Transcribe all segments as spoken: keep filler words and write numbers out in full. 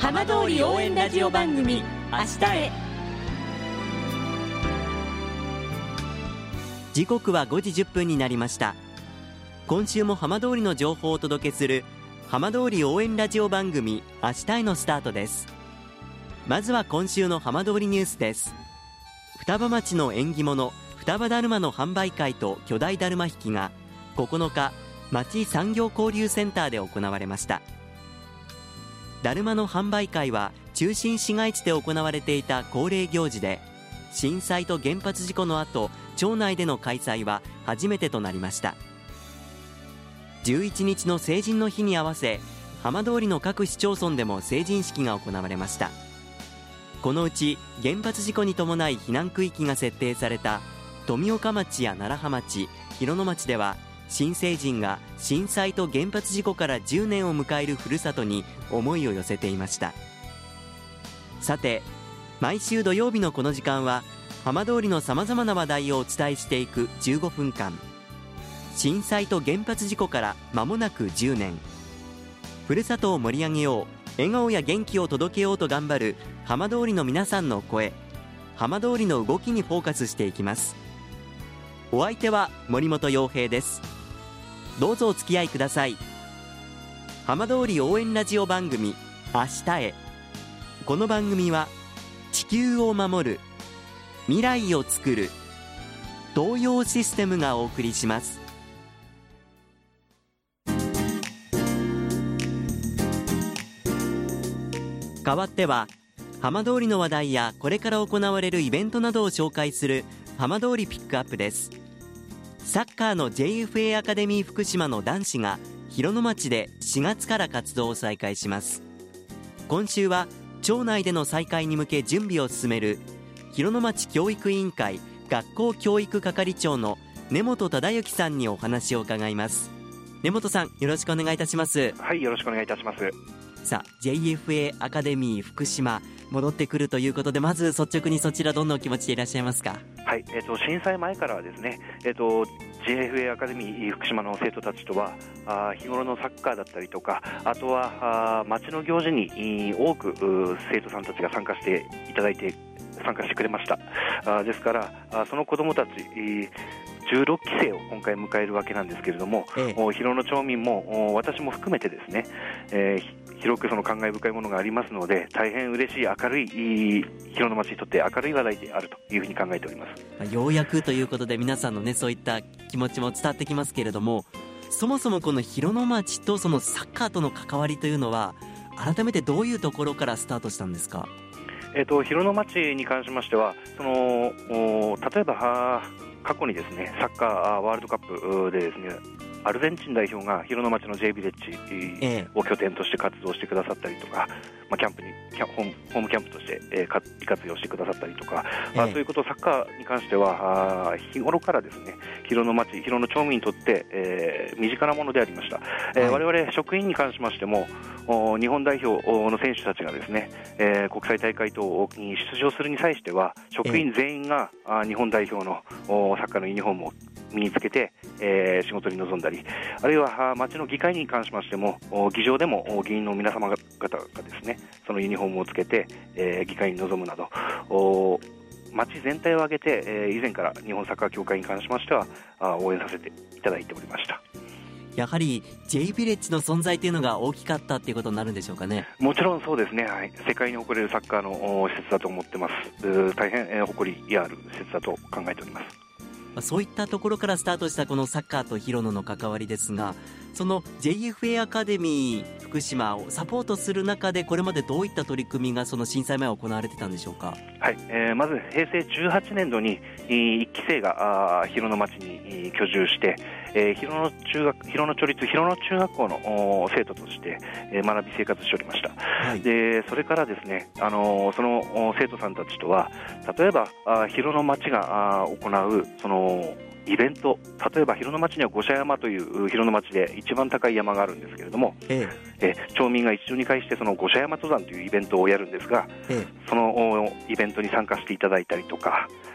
浜通り応援ラジオ番組明日へ。 時刻はごじじゅっぷんになりました。今週も浜通りの情報をお届けする浜通り応援ラジオ番組明日へのスタートです。まずは今週の浜通りニュースです。双葉町の縁起物双葉だるまの販売会と巨大だるま引きがここのか町産業交流センターで行われました。だるまの販売会は中心市街地で行われていた恒例行事で、震災と原発事故の後、町内での開催は初めてとなりました。じゅういちにちの成人の日に合わせ、浜通りの各市町村でも成人式が行われました。このうち原発事故に伴い避難区域が設定された富岡町や楢葉町、広野町では新成人が震災と原発事故からじゅうねんを迎えるふるさとに思いを寄せていました。さて、毎週土曜日のこの時間は浜通りのさまざまな話題をお伝えしていくじゅうごふんかん。震災と原発事故から間もなくじゅうねん。ふるさとを盛り上げよう、笑顔や元気を届けようと頑張る浜通りの皆さんの声、浜通りの動きにフォーカスしていきます。お相手は森本洋平です。どうぞお付き合いください。浜通り応援ラジオ番組明日へ。この番組は地球を守る、未来をつくる東洋システムがお送りします。代わっては浜通りの話題やこれから行われるイベントなどを紹介する浜通りピックアップです。サッカーの ジェイエフエー アカデミー福島の男子が広野町でしがつから活動を再開します。今週は町内での再開に向け準備を進める広野町教育委員会学校教育係長の根本忠之さんにお話を伺います。根本さん、よろしくお願いいたします。 はい、よろしくお願いいたします。 さあ ジェイエフエー アカデミー福島戻ってくるということで、まず率直にそちらどんなお気持ちでいらっしゃいますか？ はい、えー、と震災前からはですね、えー、と ジェイエフエー アカデミー福島の生徒たちとはあ日頃のサッカーだったりとか、あとはあ町の行事に多く生徒さんたちが参加していただいて参加してくれました。あですからあその子どもたちじゅうろっきせいを今回迎えるわけなんですけれども、ええ、広野町民も私も含めてですね、えー広くその感慨深いものがありますので、大変嬉しい明るい広野町にとって明るい話題であるというふうに考えております。 ようやくということで皆さんのね、そういった気持ちも伝わってきますけれども、そもそもこの広野町とそのサッカーとの関わりというのは改めてどういうところからスタートしたんですか？ えーと、広野町に関しましては、その例えば過去にですね、サッカーワールドカップでですね、アルゼンチン代表が広野町の J ビレッジを拠点として活動してくださったりとか、まあ、キャンプにキャホーム、ホームキャンプとして、えー、活用してくださったりとか、まあ、そういうことをサッカーに関しては日頃からですね、広野町、広野町民にとって、えー、身近なものでありました。えー、我々職員に関しましても、日本代表の選手たちがですね、えー、国際大会等に出場するに際しては職員全員が日本代表のサッカーのユニフォームを身につけて、えー、仕事に臨んだり、あるいは町の議会に関しましても議場でも議員の皆様方がですね、そのユニフォームをつけて、えー、議会に臨むなど町全体を挙げて、えー、以前から日本サッカー協会に関しましては応援させていただいておりました。 やはり J ビレッジの存在というのが大きかったということになるんでしょうかね。 もちろんそうですね、はい、世界に誇れるサッカーの施設だと思ってます。大変、えー、誇りある施設だと考えております。 そういったところからスタートしたこのサッカーと広野の関わりですが、その ジェイエフエー アカデミー福島をサポートする中でこれまでどういった取り組みがその震災前行われてたんでしょうか？ はい、えー、まず平成じゅうはちねんどにいっきせいが広野町に居住して、えー、広野中学広野町立広野中学校の生徒として、えー、学び生活しておりました。はい、でそれからですね、あのー、その生徒さんたちとは例えばあ広野町が行うそのイベント、例えば広野町には五社山という広野町で一番高い山があるんですけれども、えええ町民が一堂に会してその五社山登山というイベントをやるんですが、ええ、そのイベントに参加していただいたりとか、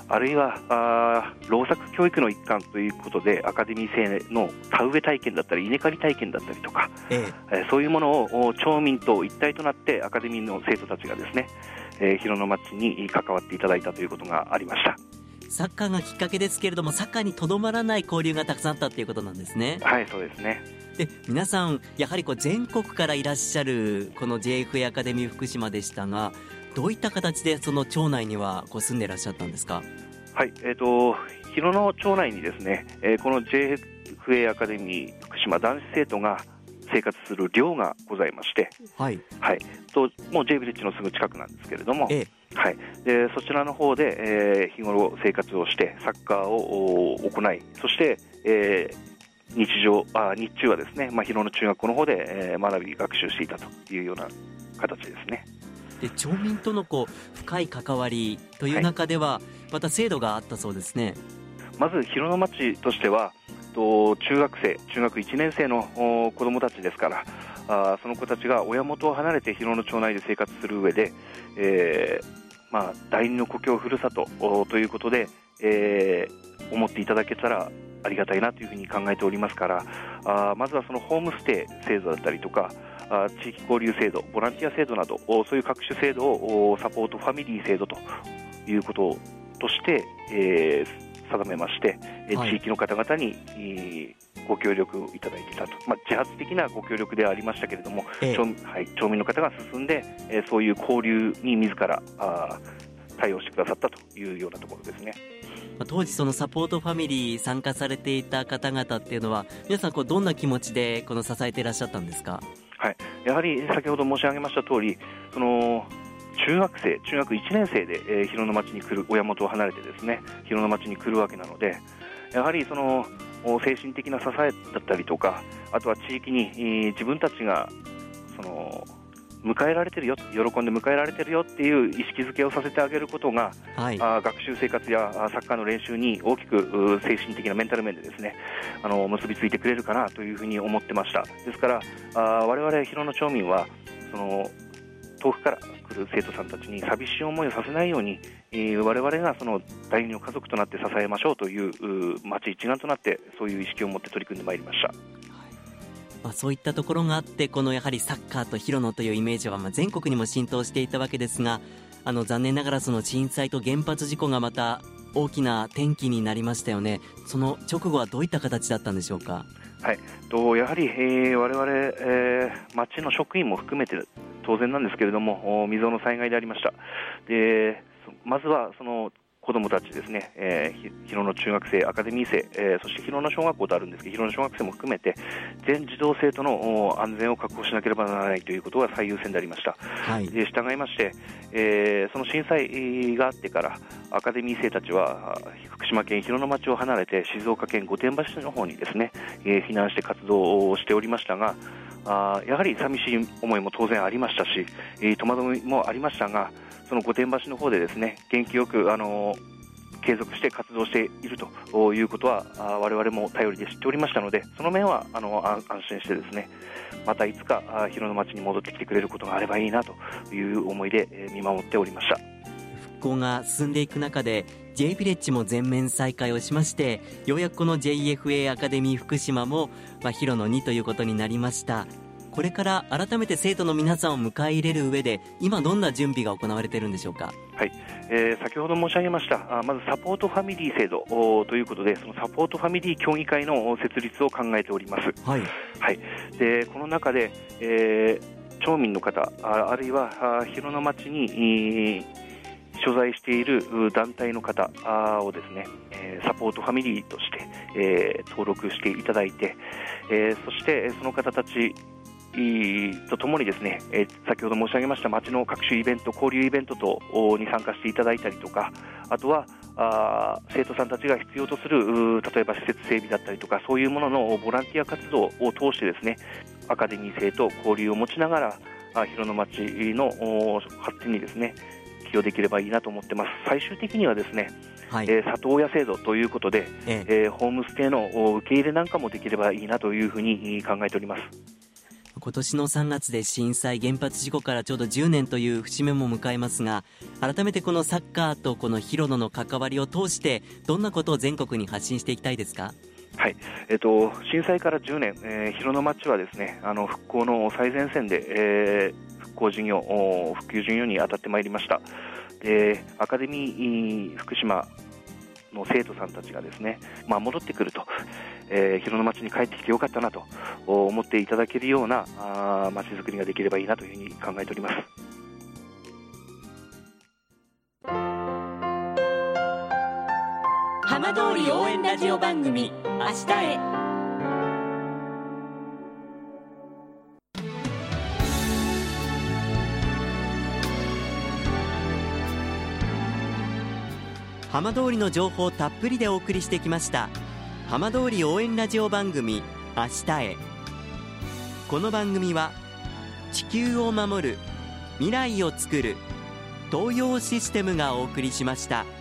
あるいはあ労作教育の一環ということでアカデミー生の田植え体験だったり稲刈り体験だったりとか、えええー、そういうものを町民と一体となってアカデミーの生徒たちがですね、えー、広野町に関わっていただいたということがありました。 サッカーがきっかけですけれども、サッカーにとどまらない交流がたくさんあったということなんですね。 はい、そうですね。 で、皆さんやはりこう全国からいらっしゃるこの ジェイエフエー アカデミー福島でしたが、どういった形でその町内にはこう住んでいらっしゃったんですか？ はい、えーと、広野町内にですね、えー、この ジェイエフエー アカデミー福島男子生徒が生活する寮がございまして、はいはい、ともう J ビレッジのすぐ近くなんですけれども、ええはい、でそちらの方で、えー、日頃生活をしてサッカーを行い、そして、えー、日常あ日中はですね、まあ、広野中学校の方で、えー、学び学習していたというような形ですね。 で町民とのこう深い関わりという中では、はい、また制度があったそうですね。 まず広野町としてはと中学生中学いちねん生の子どもたちですから、あその子たちが親元を離れて広野町内で生活する上で、えーまあ、第二の故郷ふるさとということで、えー、思っていただけたらありがたいなというふうに考えておりますから、あまずはそのホームステイ制度だったりとか、あ地域交流制度、ボランティア制度などそういう各種制度をサポートファミリー制度ということとして、えー、定めまして、はい、地域の方々に、えー、ご協力いただいていたと、まあ、自発的なご協力ではありましたけれども、ええ町はい、町民の方が進んで、えー、そういう交流に自らあ対応してくださったというようなところですね。 当時そのサポートファミリー参加されていた方々っていうのは皆さんこうどんな気持ちでこの支えていらっしゃったんですか？ はい、やはり先ほど申し上げました通り、その中学生中学いちねん生で、えー、広野町に来る、親元を離れてですね広野町に来るわけなので、やはりその精神的な支えだったりとか、あとは地域に、えー、自分たちがその迎えられてるよ、喜んで迎えられてるよっていう意識づけをさせてあげることが、はい、あ学習生活やサッカーの練習に大きく精神的なメンタル面でですねあの結びついてくれるかなというふうに思ってました。ですからあ我々広野町民はその遠くから来る生徒さんたちに寂しい思いをさせないように、えー、我々がその第二の家族となって支えましょうという町一丸となってそういう意識を持って取り組んでまいりました。 まあ、そういったところがあってこのやはりサッカーと広野というイメージはまあ全国にも浸透していたわけですが、あの残念ながらその震災と原発事故がまた大きな転機になりましたよね。その直後はどういった形だったんでしょうか？ はい、とやはり、えー、我々、えー、町の職員も含めて当然なんですけれども未曾有の災害でありました。でまずはその子どもたちですね、えー、広野中学生、アカデミー生、えー、そして広野小学校とあるんですけど広野小学生も含めて全児童生徒の安全を確保しなければならないということが最優先でありました。はい、で従いまして、えー、その震災があってからアカデミー生たちは福島県広野町を離れて静岡県御殿場市の方にですね、えー、避難して活動をしておりましたが、あやはり寂しい思いも当然ありましたし、えー、戸惑いもありましたが、その御殿場市の方でですね元気よく、あのー、継続して活動しているということは我々も頼りで知っておりましたので、その面はあの安心してですねまたいつか広野町に戻ってきてくれることがあればいいなという思いで見守っておりました。 復興が進んでいく中で J ビレッジも全面再開をしまして、ようやくこの ジェイエフエー アカデミー福島も、まあ、広野にということになりました。これから改めて生徒の皆さんを迎え入れる上で今どんな準備が行われているんでしょうか？ はい、えー、先ほど申し上げましたあまずサポートファミリー制度ということで、そのサポートファミリー協議会の設立を考えております。はい、はい、でこの中で、えー、町民の方 あ, あるいは広野町に所在している団体の方をですねサポートファミリーとして、えー、登録していただいて、えー、そしてその方たちとともにですね、えー、先ほど申し上げました町の各種イベント、交流イベント等に参加していただいたりとか、あとはあ生徒さんたちが必要とする例えば施設整備だったりとか、そういうもののボランティア活動を通してですねアカデミー生と交流を持ちながらあ広野町の発展にですね寄与できればいいなと思ってます。最終的にはですね、はいえー、里親制度ということで、えええー、ホームステイの受け入れなんかもできればいいなというふうに考えております。 今年のさんがつで震災原発事故からちょうどじゅうねんという節目も迎えますが、改めてこのサッカーとこの広野の関わりを通してどんなことを全国に発信していきたいですか？ はい、えっと、震災からじゅうねん、えー、広野町はですね、あの復興の最前線で、えー、復興事業、復旧事業に当たってまいりました。で、アカデミー福島の生徒さんたちがですね、まあ、戻ってくると、えー、広野町に帰ってきてよかったなと思っていただけるようなあ町づくりができればいいなというふうに考えております。 浜通り応援ラジオ番組明日へ。 浜通りの情報をたっぷりでお送りしてきました浜通り応援ラジオ番組明日へ。この番組は地球を守る未来をつくる東洋システムがお送りしました。